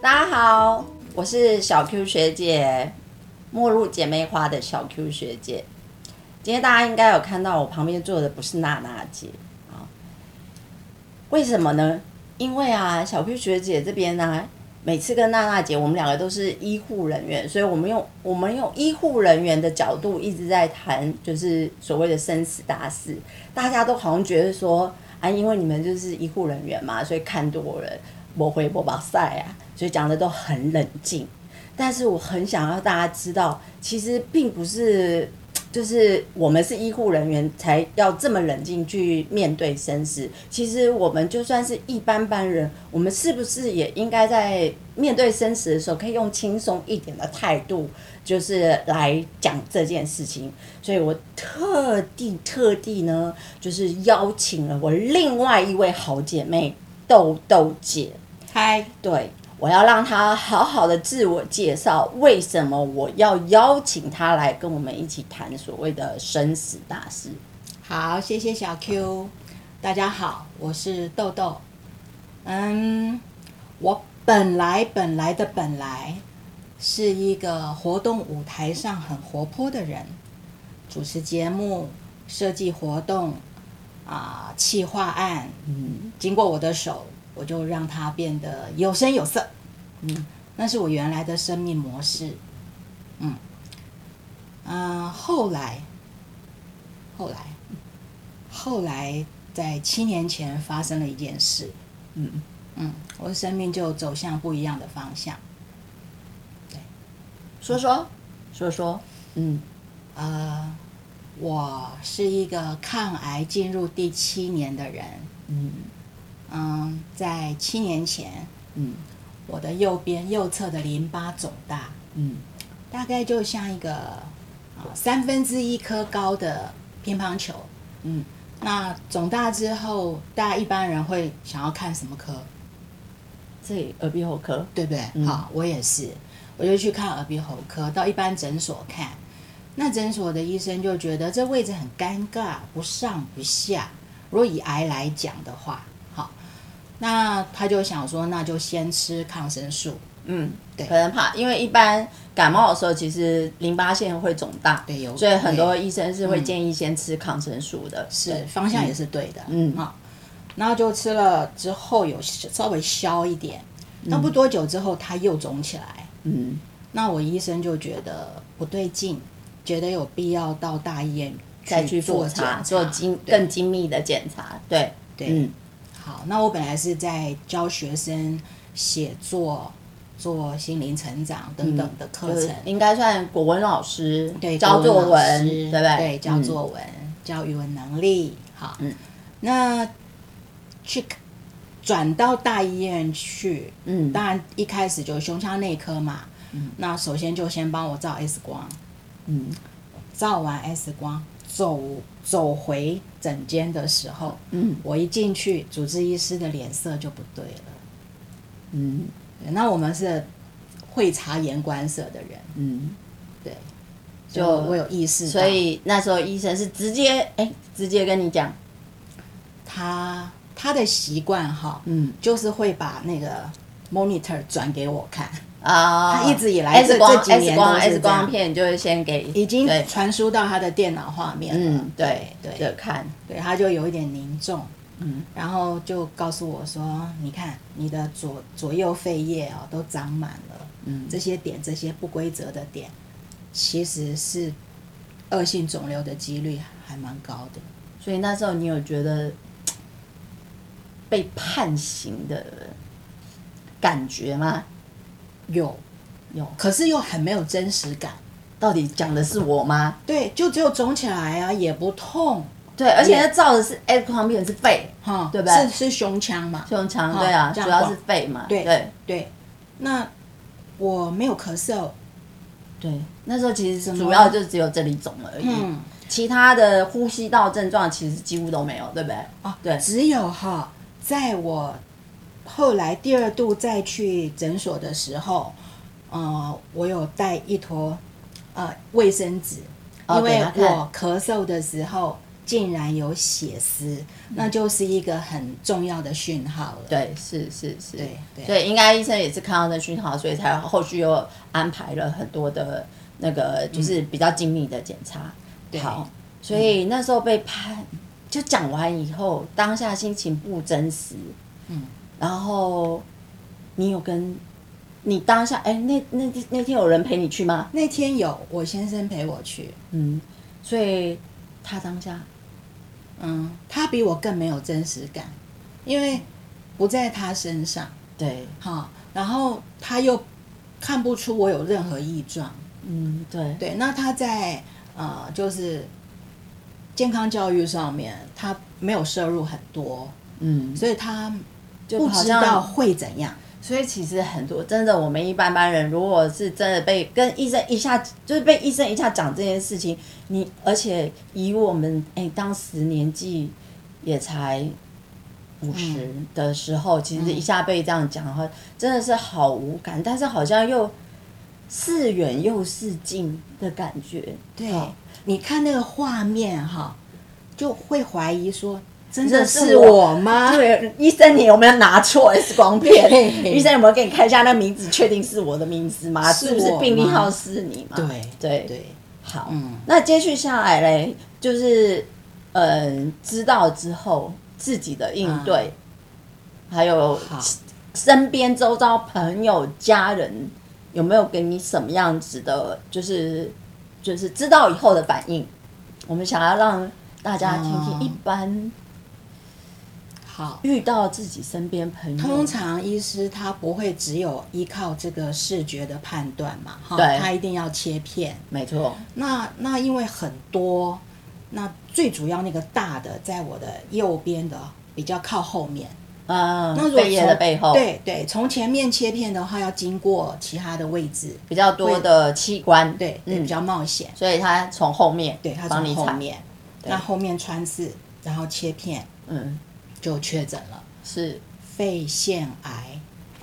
大家好，我是小 Q 学姐，末入姐妹花的小 Q 学姐。今天大家应该有看到我旁边坐的不是娜娜姐啊？为什么呢？因为啊，小 Q 学姐这边呢，每次跟娜娜姐，我们两个都是医护人员，所以我们用医护人员的角度一直在谈，就是所谓的生死大事。大家都好像觉得说，啊，因为你们就是医护人员嘛，所以看多了，没回没把赛啊，所以讲的都很冷静。但是我很想要大家知道，其实并不是。就是我们是医护人员，才要这么冷静去面对生死。其实我们就算是一般般人，我们是不是也应该在面对生死的时候，可以用轻松一点的态度，就是来讲这件事情？所以我特地呢，就是邀请了我另外一位好姐妹豆豆姐。 嗨， 对。我要让他好好的自我介绍，为什么我要邀请他来跟我们一起谈所谓的生死大事。 好，谢谢小 Q。大家好，我是豆豆。我本来是一个活动舞台上很活泼的人，主持节目、设计活动企划案，经过我的手，我就让它变得有声有色。那是我原来的生命模式。后来在7年前发生了一件事。我的生命就走向不一样的方向。对， 说说。 我是一个抗癌进入第7年的人。在7年前，我的右侧的淋巴肿大，大概就像一个1/3颗高的乒乓球。那肿大之后，大家一般人会想要看什么科？ 这耳鼻喉科， 对不对？好，我也是，我就去看耳鼻喉科，到一般诊所看。那诊所的医生就觉得这位置很尴尬，不上不下。如果以癌来讲的话，好，那他就想说，那就先吃抗生素。 对，可能怕，因为一般感冒的时候，其实淋巴腺会肿大， 对， 所以很多医生是会建议先吃抗生素的。 是，方向也是对的。然后就吃了之后有稍微消一点，那不多久之后它又肿起来。那我医生就觉得不对劲，觉得有必要到大医院再去复查，做更精密的检查。对。 好，那我本来是在教学生写作、做心灵成长等等的课程， 应该算国文老师， 对， 教作文，对不对？ 对，教作文，教语文能力。好，那去转到大医院去，当然一开始就胸腔内科嘛。那首先就先帮我照 X 光，照完 X 光走回诊间的时候，我一进去，主治医师的脸色就不对了。那我们是会察言观色的人。对，就我有意识到， 所以那时候医生是直接跟你讲， 他的习惯就是会把那个 monitor 转给我看。他一直以来这几年都是 X 光片就是先给， 已经传输到他的电脑画面了。对， 就看， 对，他就有一点凝重。然后就告诉我说，你看你的左右肺叶都长满了，这些不规则的点，其实是恶性肿瘤的几率还蛮高的。 所以那时候你有觉得被判刑的感觉吗？ 有，可是又很没有真实感。 到底讲的是我吗？ 对，就只有肿起来啊，也不痛。 对，而且它照的是 X 光片是肺，对不对？ 是胸腔嘛？ 胸腔，对啊，主要是肺嘛。 对。那我没有咳嗽。 对，那时候其实主要就只有这里肿而已。其他的呼吸道症状其实几乎都没有，对不对？对， 只有在我后来第2度再去诊所的时候，我有带一坨卫生纸，因为我咳嗽的时候竟然有血丝，那就是一个很重要的讯号了。 对，是， 对， 所以应该医生也是看到那讯号，所以才后续又安排了很多的那个就是比较精密的检查。好，所以那时候被判，就讲完以后，当下心情不真实。然后你有跟你当下，那天有人陪你去吗？ 那天有，我先生陪我去。 所以他当下， 他比我更没有真实感，因为不在他身上。 对， 好，然后他又看不出我有任何异状。 对， 那他在就是健康教育上面，他没有摄入很多，所以他不知道会怎样。 所以其实很多真的，我们一般人如果是真的被跟医生一下，就是被医生一下讲这件事情，而且以我们当时年纪也才50的时候，其实一下被这样讲的话，真的是好无感，但是好像又是远又是近的感觉。 对，你看那个画面哈，就会怀疑说，真的是我吗？ 对，医生你有没有拿错 X 光片？医生有没有给你看一下那名字，确定是我的名字吗？是不是病历号是你吗？ 对， 好，那接续下来嘞，就是知道之后自己的应对，还有身边周遭朋友家人有没有给你什么样子的，就是知道以后的反应？我们想要让大家听听一般。 好， 遇到自己身边朋友， 通常医师他不会只有依靠这个视觉的判断嘛， 对， 他一定要切片， 没错。 那因为很多，那最主要那个大的在我的右边的比较靠后面， 那如果肺叶的背后， 对，从前面切片的话要经过其他的位置， 比较多的器官， 对，比较冒险， 所以他从后面， 对，他从后面，那后面穿刺，然后切片，就确诊了，是肺腺癌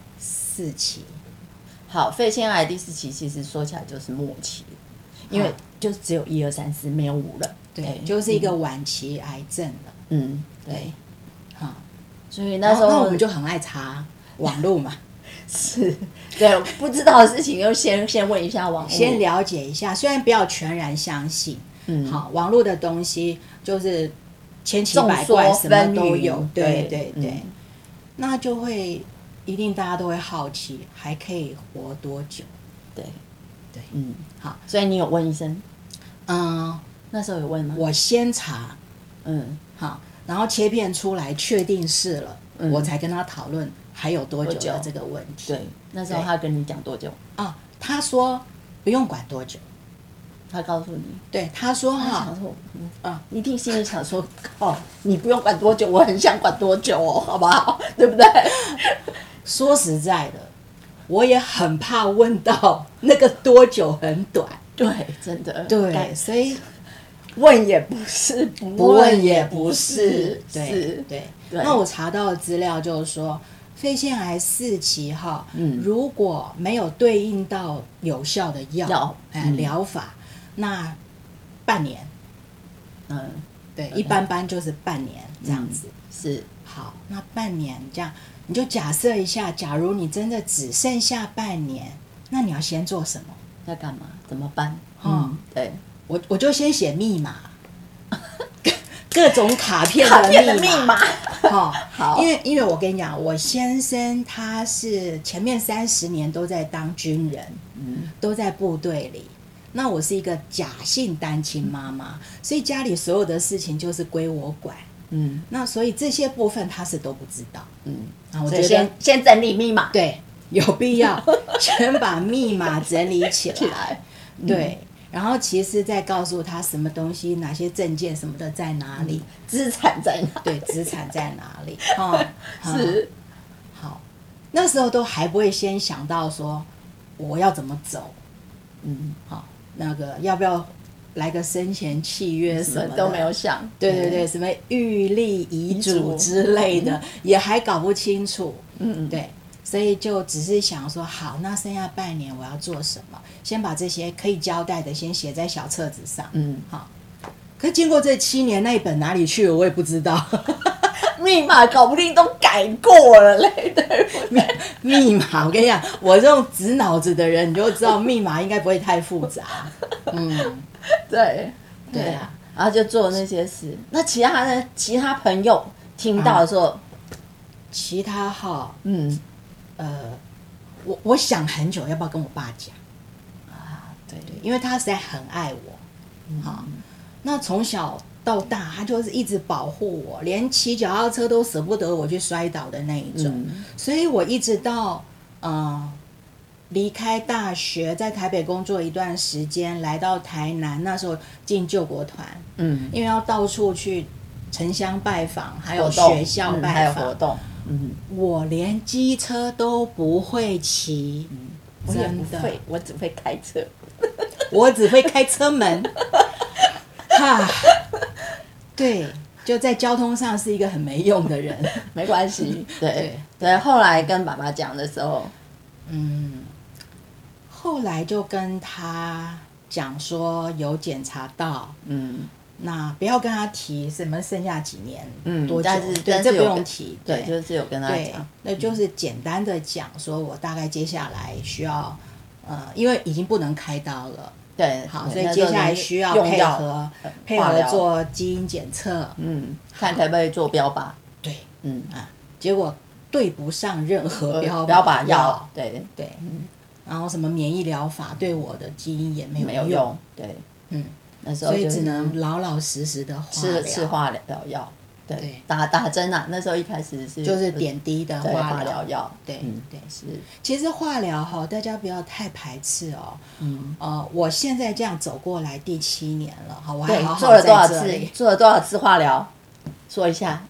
4期。 好，肺腺癌第4期其实说起来就是末期，因为就只有1、2、3、4，没有5了。 对，就是一个晚期癌症了。对。好， 所以那时候那我们就很爱查网络嘛。 是，对，不知道的事情就先问一下网络， 先了解一下，虽然不要全然相信。好，网络的东西就是千奇百怪，什么都有。对，那就会一定大家都会好奇，还可以活多久？对，好， 所以你有问医生？那时候有问吗？ 我先查，好，然后切片出来确定是了，我才跟他讨论还有多久的这个问题。 对，那时候他跟你讲多久？ 他说不用管多久。 他告诉你， 对，他说一定心里想说，你不用管多久，我很想管多久哦，好不好？对不对？ 说实在的，我也很怕问到那个多久很短。 对，真的。 对，所以问也不是，不问也不是。 对。那我查到的资料就是说，肺腺癌4期哈，如果没有对应到有效的药疗法。那半年，对，一般就是半年这样子。 是， 好，那半年这样，你就假设一下，假如你真的只剩下半年，那你要先做什么？ 要干嘛？怎么办？对， 我就先写密码，各种卡片的密码。好，因为我跟你讲，我先生他是前面30年都在当军人，都在部队里。那我是一个假性单亲妈妈，所以家里所有的事情就是归我管。那所以这些部分他是都不知道。我觉得先整理密码， 对，有必要先把密码整理起来。对，然后其实再告诉他什么东西、哪些证件什么的在哪里， 资产在哪？ 对，资产在哪里？ 是。 好，那时候都还不会先想到说我要怎么走。好。那个要不要来个生前契约什么的都没有想。 对，什么预立遗嘱之类的也还搞不清楚。对，所以就只是想说，好，那剩下半年我要做什么？先把这些可以交代的先写在小册子上。好， 可是经过这7年，那一本哪里去了，我也不知道。 密码搞不定都改过了嘞，对不对？ 密码，我跟你讲，我这种直脑子的人，你就知道密码应该不会太复杂。 对啊，然后就做那些事。那其他朋友听到的时候， 其他号，我想很久要不要跟我爸讲啊？对， 因为他实在很爱我，好，那从小到大，他就是一直保护我，连骑脚踏车都舍不得我去摔倒的那一种。所以我一直到离开大学，在台北工作一段时间，来到台南，那时候进救国团，因为要到处去城乡拜访，还有学校拜访， 还有活动， 我连机车都不会骑， 我也不会，我只会开车， 我只会开车门，哈。对，就在交通上是一个很没用的人。 没关系，对。后来跟爸爸讲的时候， 后来就跟他讲说有检查到，那不要跟他提什么剩下几年，多久，对，这不用提， 对，就是有跟他讲， 那就是简单的讲说，我大概接下来需要，因为已经不能开刀了。 对， 好，所以接下来需要配合做基因检测， 看可不可以做标靶。 对，结果对不上任何标靶药，对， 然后什么免疫疗法对我的基因也没有用， 对， 那时候所以只能老老实实的吃化疗药。对，打针啊，那时候一开始就是点滴的化疗药， 对，是。其实化疗哈，大家不要太排斥哦。我现在这样走过来第7年了，哈，我还好好做了多少次？ 做了多少次化疗？说一下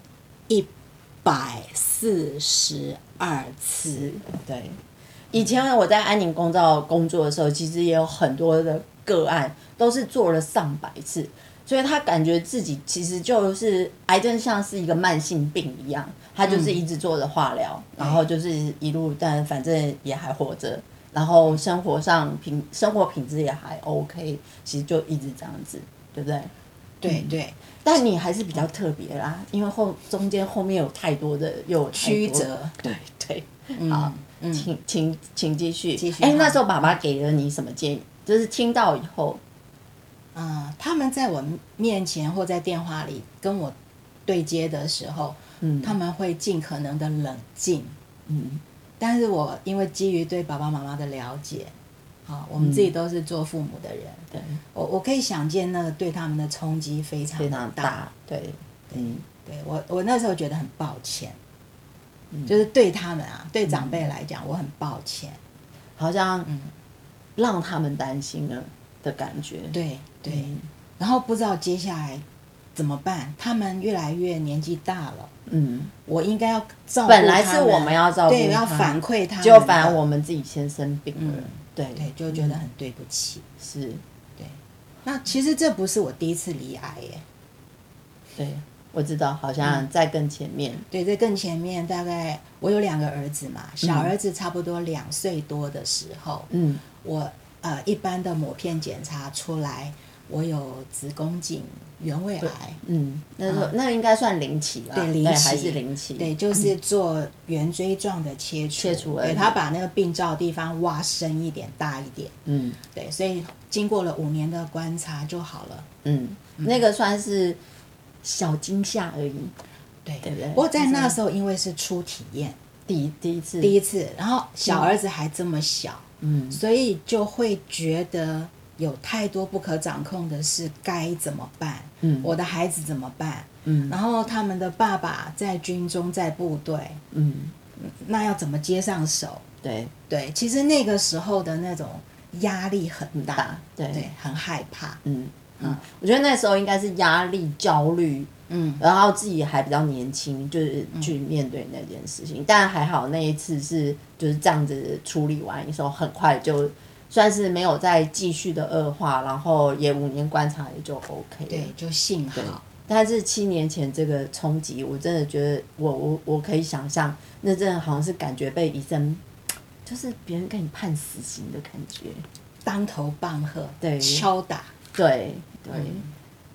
，142次。 对，以前我在安宁公照工作的时候，其实也有很多的个案都是做了上百次。所以他感觉自己其实就是癌症，像是一个慢性病一样，他就是一直做着化疗，然后就是一路，但反正也还活着，然后生活品质也还 OK， 其实就一直这样子，对不对？ 对。 但你还是比较特别啦，因为中间后面有太多的又有曲折， 对，好，请继续。那时候爸爸给了你什么建议？就是听到以后。 他们在我面前或在电话里跟我对接的时候，他们会尽可能的冷静，但是我因为基于对爸爸妈妈的了解，我们自己都是做父母的人，对，我可以想见那个对他们的冲击非常大，对，我那时候觉得很抱歉，就是对他们对长辈来讲，我很抱歉， 好像让他们担心了的感觉， 对，然后不知道接下来怎么办，他们越来越年纪大了，我应该要照顾他们， 本来是我们要照顾他们， 对，要反馈他们， 就反而我们自己先生病了，对， 就觉得很对不起， 是，对。 那其实这不是我第一次罹癌耶， 对，我知道，好像在更前面， 对，在更前面，大概我有2个儿子嘛，小儿子差不多2岁多的时候，我一般的抹片检查出来，我有子宫颈原位癌， 那应该算零期吧？ 对， 还是零期？ 对，就是做圆锥状的切除，对，他把那个病灶的地方挖深一点、大一点，对，所以经过了5年的观察就好了， 那个算是小惊吓而已， 对不对？不过在那时候，因为是初体验， 第一次， 然后小儿子还这么小。所以就会觉得有太多不可掌控的事，该怎么办？我的孩子怎么办？然后他们的爸爸在军中，在部队，那要怎么接上手？对，其实那个时候的那种压力很大，对，很害怕。 我觉得那时候应该是压力、焦虑。然后自己还比较年轻，就是去面对那件事情，但还好那一次是就是这样子处理完以后，很快就算是没有再继续的恶化，然后也5年观察也就 OK 了， 对，就幸好。 但是7年前这个冲击，我真的觉得我可以想象，那真的好像是感觉被医生，就是别人给你判死刑的感觉， 当头棒喝， 对， 敲打， 对。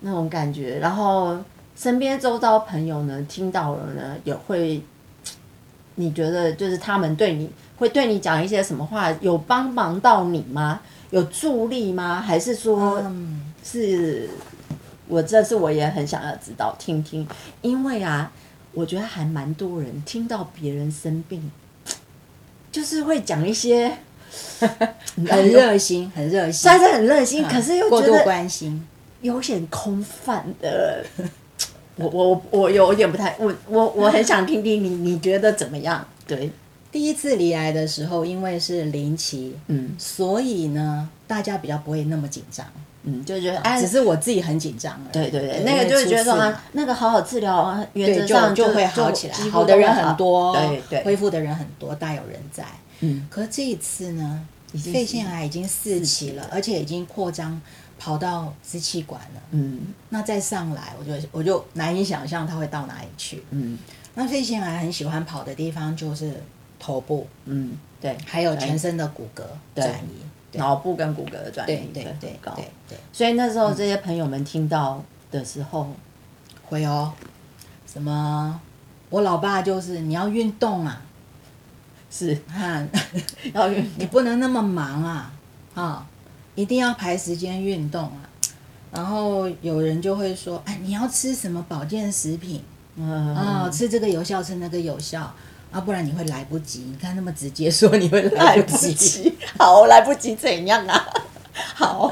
那种感觉。然后身边周遭朋友呢，听到了呢，也会，你觉得就是他们会对你讲一些什么话，有帮忙到你吗？有助力吗？还是说，是我也很想要知道听听，因为啊，我觉得还蛮多人听到别人生病，就是会讲一些很热心，很热心， 虽然是很热心，可是又过觉得度关心， 有点空泛的。我有点不太，我很想听听你觉得怎么样？对。 第一次离癌的时候，因为是临期，所以呢，大家比较不会那么紧张， 就觉得只是我自己很紧张而已。 对对对，那个就是觉得说那个好好治疗啊，原则上就会好起来，好的人很多， 对对， 恢复的人很多，大有人在。可是这一次呢，肺腺癌已经4期了，而且已经扩张跑到支气管了。那再上来，我就难以想象它会到哪里去。那肺腺癌很喜欢跑的地方就是头部， 对， 还有全身的骨骼转移， 脑部跟骨骼的转移， 对。 所以那时候这些朋友们听到的时候， 会什么？我老爸就是你要运动啊， 是要运动， 你不能那么忙啊，一定要排时间运动啊。然后有人就会说，哎，你要吃什么保健食品？吃这个有效，吃那个有效。不然你会来不及。你看那么直接说你会来不及， 好，来不及怎样啊？好，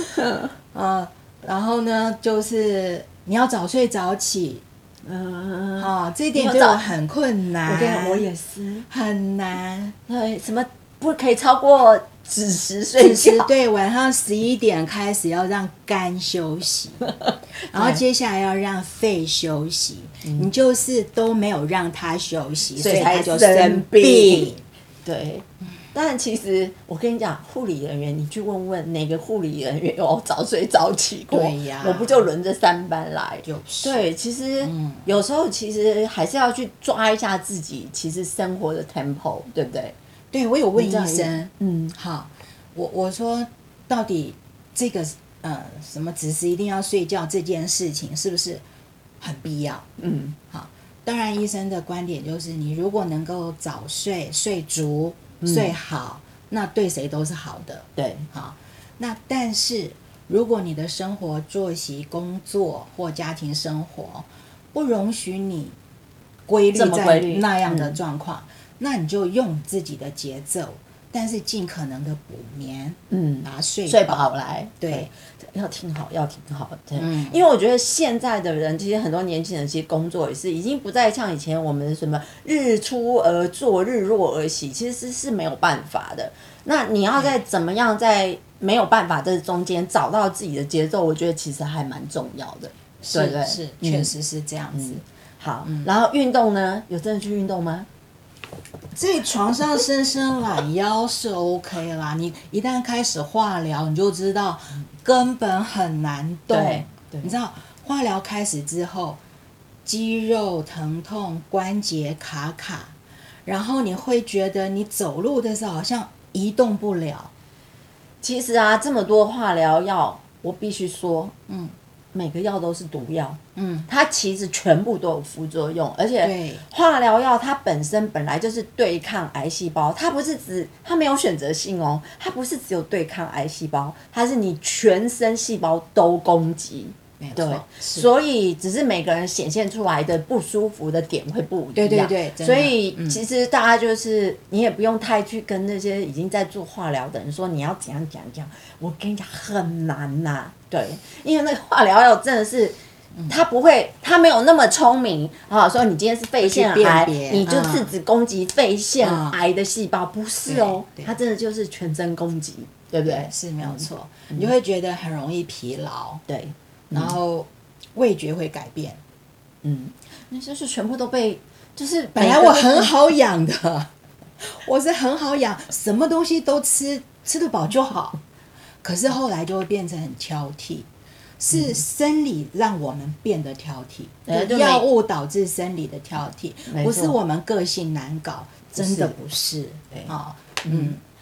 然后呢，就是你要早睡早起，这一点对我很困难。 我跟你讲，我也是很难。 对，什么不可以超过子时睡觉？ 对，晚上11点开始要让肝休息，然后接下来要让肺休息。你就是都没有让他休息，所以他就生病。 对，但其实我跟你讲，护理人员，你去问问哪个护理人员有早睡早起过？ 对呀， 我不就轮着3班来？ 就是。 对，其实有时候其实还是要去抓一下自己，其实生活的 tempo， 对不对？ 对，我有问医生，好，我说到底这个什么子时一定要睡觉这件事情是不是很必要？好，当然医生的观点就是你如果能够早睡、睡足、睡好，那对谁都是好的。 对， 好，那但是如果你的生活作息、工作或家庭生活不容许你规律在那样的状况，那你就用自己的节奏，但是尽可能的补眠，把它睡饱来。 对， 要听好，要听好。对，因为我觉得现在的人，其实很多年轻人其实工作也是已经不再像以前我们什么日出而作，日落而息，其实是没有办法的。那你要在怎么样在没有办法这中间找到自己的节奏，我觉得其实还蛮重要的。 是，确实是这样子。 好，然后运动呢？有真的去运动吗？ 在床上伸伸懒腰是 OK 啦，你一旦开始化疗，你就知道根本很难动。 对， 你知道化疗开始之后，肌肉疼痛、关节卡，然后你会觉得你走路的时候好像移动不了。 其实啊，这么多化疗药，我必须说，每个药都是毒药，它其实全部都有副作用，而且化疗药它本来就是对抗癌细胞，它没有选择性哦，它不是只有对抗癌细胞，它是你全身细胞都攻击。对，所以只是每个人显现出来的不舒服的点会不一样。 对， 所以其实大家就是你也不用太去跟那些已经在做化疗的人说你要怎样讲，我跟你讲很难呐。对，因为那个化疗药真的是他不会，他没有那么聪明啊。说你今天是肺腺癌，你就是只攻击肺腺癌的细胞，不是哦，它真的就是全身攻击，对不对？ 是没有错，你就会觉得很容易疲劳。 对。 然后味觉会改变， 那就是全部都被，就是本来我很好养的，我是很好养，什么东西都吃得饱就好，可是后来就会变成很挑剔，是生理让我们变得挑剔，药物导致生理的挑剔，不是我们个性难搞，真的不是。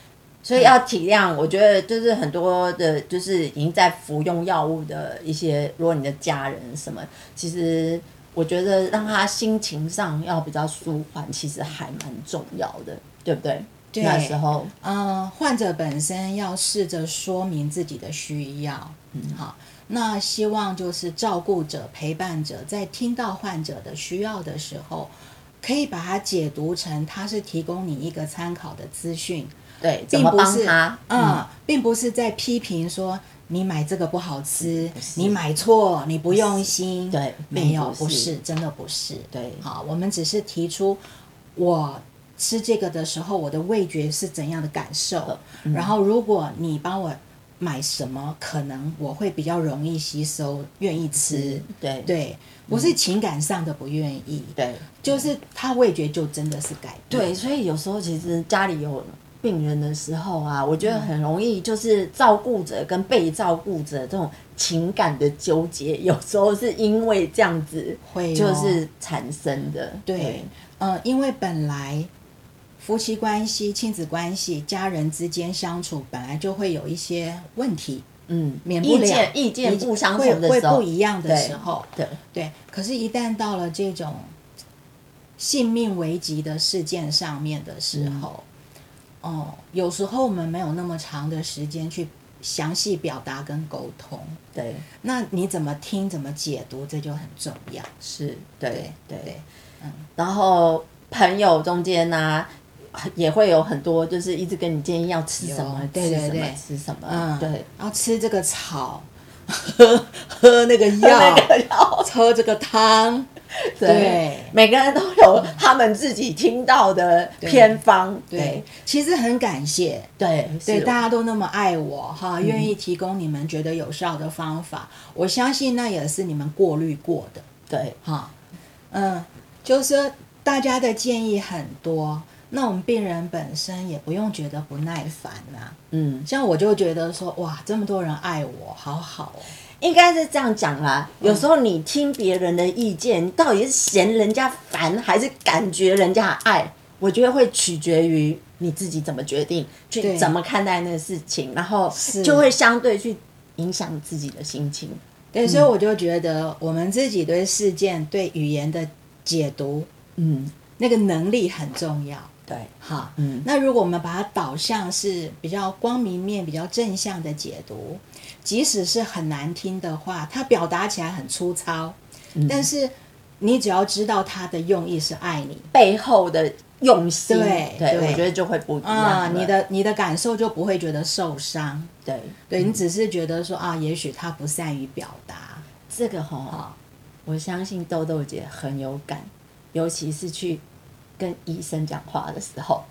所以要体谅，我觉得就是很多的，就是已经在服用药物的一些，如果你的家人什么，其实我觉得让他心情上要比较舒缓，其实还蛮重要的，对不对？ 对， 那时候， 患者本身要试着说明自己的需要，好，那希望就是照顾者、陪伴者在听到患者的需要的时候，可以把它解读成他是提供你一个参考的资讯。 对，怎么帮他？ 并不是在批评说你买这个不好吃，你买错，你不用心。 对， 没有，不是，真的不是。 对， 好，我们只是提出我吃这个的时候，我的味觉是怎样的感受。然后，如果你帮我买什么，可能我会比较容易吸收，愿意吃。对，不是情感上的不愿意。 对， 就是他味觉就真的是改变。 对，所以有时候其实家里有病人的时候啊，我觉得很容易就是照顾者跟被照顾者这种情感的纠结，有时候是因为这样子就是产生的。 对，因为本来夫妻关系、亲子关系、家人之间相处本来就会有一些问题，免不了意见不相同的时候， 会不一样的时候，对。可是，一旦到了这种性命危急的事件上面的时候，有时候我们没有那么长的时间去详细表达跟沟通， 对。 那你怎么听、怎么解读，这就很重要。 是，对。然后朋友中间呢，也会有很多，就是一直跟你建议要吃什么，吃什么，对， 要吃这个草，喝那个药，喝这个汤。对， 每个人都有他们自己听到的偏方。 对，其实很感谢，对，大家都那么爱我哈，愿意提供你们觉得有效的方法，我相信那也是你们过滤过的。 对， 哈，就是说大家的建议很多，那我们病人本身也不用觉得不耐烦啊。像我就觉得说，哇，这么多人爱我，好好哦。 应该是这样讲啦，有时候你听别人的意见，你到底是嫌人家烦，还是感觉人家爱？我觉得会取决于你自己怎么决定，去怎么看待那个事情，然后就会相对去影响自己的心情。 对，所以我就觉得我们自己对事件、对语言的解读，那个能力很重要。 对， 好，那如果我们把它导向是比较光明面、比较正向的解读，即使是很难听的话，它表达起来很粗糙，但是你只要知道它的用意是爱你， 背后的用心， 对， 我觉得就会不一样你的感受就不会觉得受伤。对，你只是觉得说也许他不善于表达这个我相信豆豆姐很有感，尤其是去跟医生讲话的时候，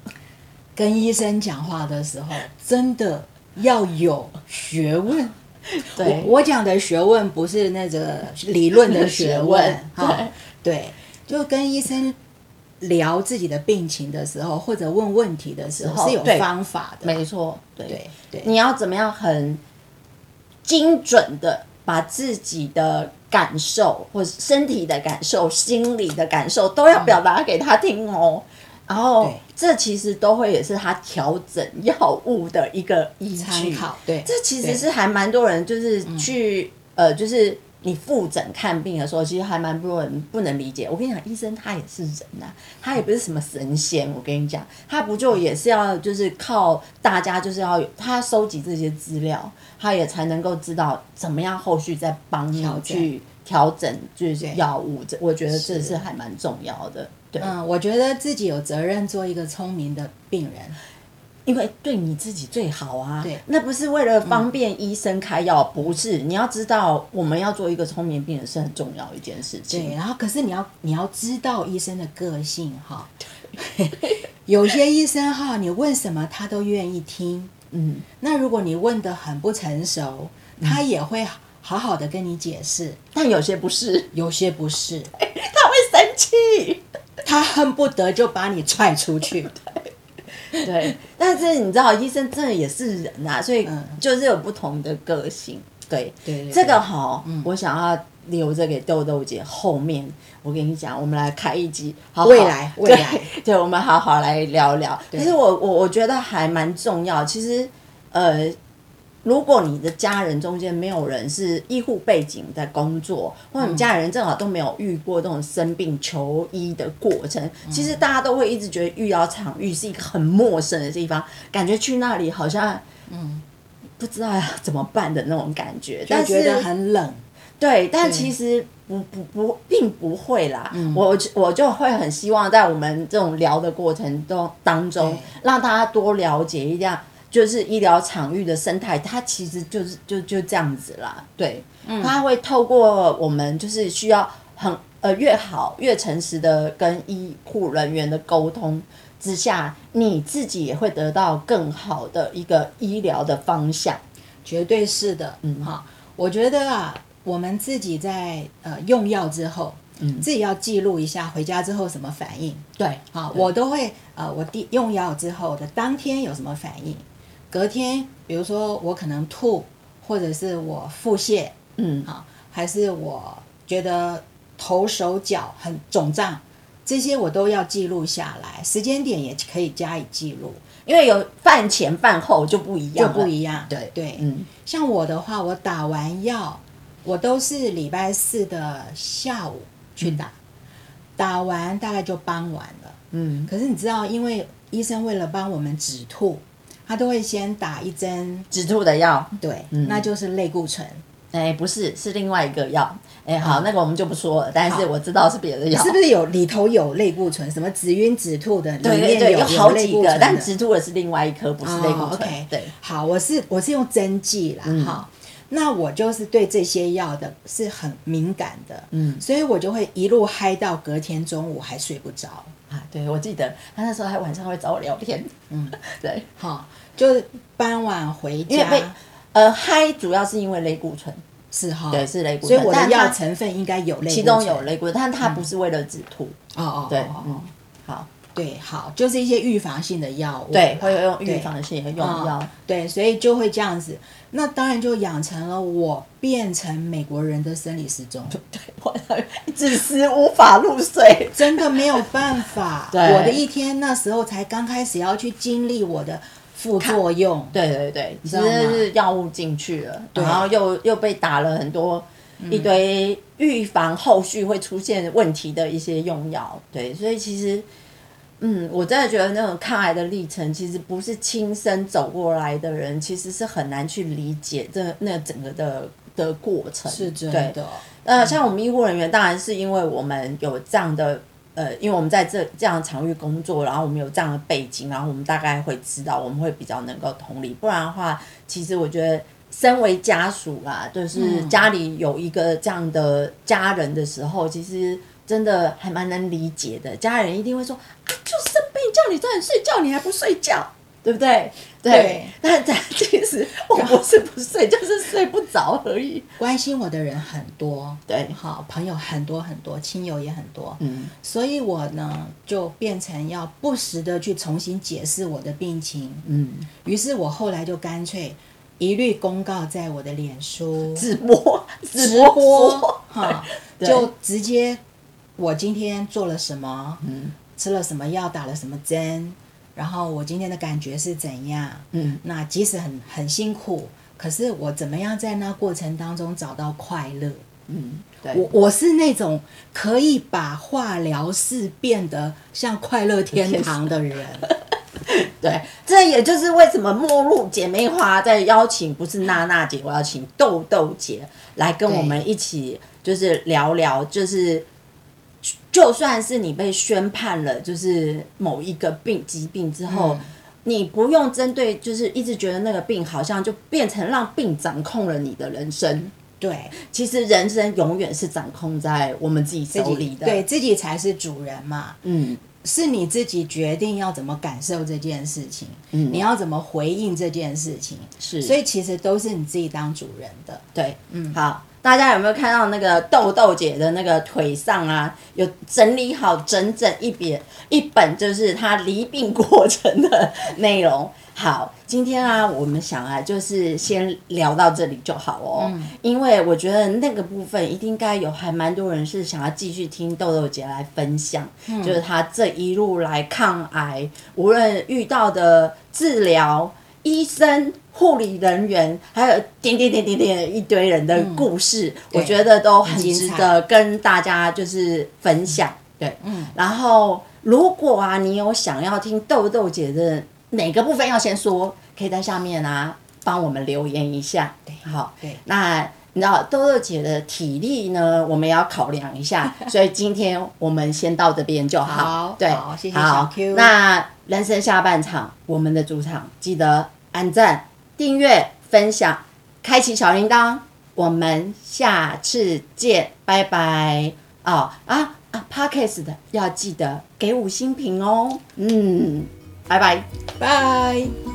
真的要有学问。对，我讲的学问不是那个理论的学问，对，就跟医生聊自己的病情的时候，或者问问题的时候是有方法的。 没错，对，你要怎么样很精准的把自己的感受，或者身体的感受、心理的感受都要表达给他听哦。然后这其实都会也是他调整药物的一个依据参考。对， 这其实是还蛮多人就是去就是你复诊看病的时候，其实还蛮多人不能理解。我跟你讲，医生他也是人啊，他也不是什么神仙。我跟你讲，他不就也是要就是靠大家，就是要有他收集这些资料，他也才能够知道怎么样后续再帮你去调整就是药物。我觉得这是还蛮重要的。 我觉得自己有责任做一个聪明的病人， 因为对你自己最好啊。对，那不是为了方便医生开药，不是。你要知道，我们要做一个聪明病人是很重要的一件事情。 对，然后可是你要知道医生的个性哈。有些医生哈，你问什么他都愿意听。那如果你问得很不成熟，他也会好好的跟你解释。 但有些不是， 有些不是， 他会生气。 他恨不得就把你踹出去。 对，但是你知道，医生真的也是人啊，所以就是有不同的个性。对，这个我想要留着给豆豆姐后面。我跟你讲，我们来开一集， 未来， 对，我们好好来聊聊。可是我觉得还蛮重要。其实，如果你的家人中间没有人是医护背景在工作，或者你家人正好都没有遇过这种生病求医的过程，其实大家都会一直觉得医疗场域是一个很陌生的地方，感觉去那里好像不知道要怎么办的那种感觉， 就觉得很冷。 对，但其实并不会啦。我就会很希望在我们这种聊的过程当中，让大家多了解一下。就是医疗场域的生态，它其实就这样子啦。对，它会透过我们就是需要越好越诚实的跟医护人员的沟通之下，你自己也会得到更好的一个医疗的方向。 绝对是的。我觉得啊，我们自己在用药之后，自己要记录一下回家之后什么反应。 对， 我都会我用药之后的当天有什么反应。隔天，比如说我可能吐，或者是我腹泻，还是我觉得头手脚很肿胀，这些我都要记录下来，时间点也可以加以记录， 因为有饭前饭后就不一样了， 对，像我的话，我打完药，我都是礼拜4的下午去打，打完大概就傍晚了，可是你知道，因为医生为了帮我们止吐。他都会先打一针止吐的药， 对，那就是类固醇。 不是，是另外一个药。好，那个我们就不说了。但是我知道是别的药， 是不是里头有类固醇？什么止晕止吐的？ 对，有好几个，但止吐的是另外一颗，不是类固醇。 OK， 对， 好，我是用针剂啦，那我就是对这些药的是很敏感的，所以我就会一路嗨到隔天中午还睡不着。 对，我记得他那时候还晚上会找我聊天。对， 就是傍晚回家， 因为嗨主要是因为类固醇，对，是类固醇， 所以我的药成分应该有类固醇， 其中有类固醇，但它不是为了止吐。对，好。 对，好，就是一些预防性的药物， 对，会用预防性的用药， 对，所以就会这样子。那当然就养成了我变成美国人的生理时钟， 对，我只是无法入睡， 真的没有办法。我的一天那时候才刚开始要去经历我的副作用， 对，其实是药物进去了，然后又被打了很多一堆预防后续会出现问题的一些用药，对，所以其实。我真的觉得那种抗癌的历程，其实不是亲身走过来的人，其实是很难去理解那整个的过程。 是真的。 像我们医护人员，当然是因为我们有这样的因为我们在这样的场域工作，然后我们有这样的背景，然后我们大概会知道，我们会比较能够同理。不然的话，其实我觉得身为家属啦，就是家里有一个这样的家人的时候，其实。真的还蛮能理解的，家人一定会说就生病叫你早点睡觉，你还不睡觉，对不对？对。但其实我不是不睡，就是睡不着而已。 关心我的人很多， 对， 好朋友很多很多，亲友也很多，所以我呢就变成要不时的去重新解释我的病情，于是我后来就干脆一律公告在我的脸书直播， 就直接。我今天做了什么？吃了什么药，打了什么针，然后我今天的感觉是怎样？那即使很辛苦，可是我怎么样在那过程当中找到快乐？对，我是那种可以把化疗室变得像快乐天堂的人。 对，这也就是为什么末路姐妹花在邀请不是娜娜姐，我要请豆豆姐来跟我们一起，就是聊聊，就是。就算是你被宣判了，就是某一个疾病之后，你不用针对，就是一直觉得那个病好像就变成让病掌控了你的人生。 对， 其实人生永远是掌控在我们自己手里的， 对自己才是主人嘛。 是你自己决定要怎么感受这件事情，你要怎么回应这件事情， 是， 所以其实都是你自己当主人的。 对，好，大家有没有看到那个豆豆姐的那个腿上啊，有整理好整整一本，就是她离病过程的内容。好，今天啊，我们想啊，就是先聊到这里就好哦，因为我觉得那个部分一定该有还蛮多人是想要继续听豆豆姐来分享，就是她这一路来抗癌，无论遇到的治疗、医生、护理人员，还有点一堆人的故事，我觉得都很值得跟大家就是分享。对，然后如果啊，你有想要听豆豆姐的哪个部分要先说，可以在下面啊帮我们留言一下。好， 对， 那你知道豆豆姐的体力呢，我们也要考量一下，所以今天我们先到这边就好。对， 好，谢谢小 Q。 那人生下半场，我们的主场记得按赞、订阅、分享、开启小铃铛。我们下次见，拜拜。Podcast 的要记得给5星评哦。拜拜。 拜。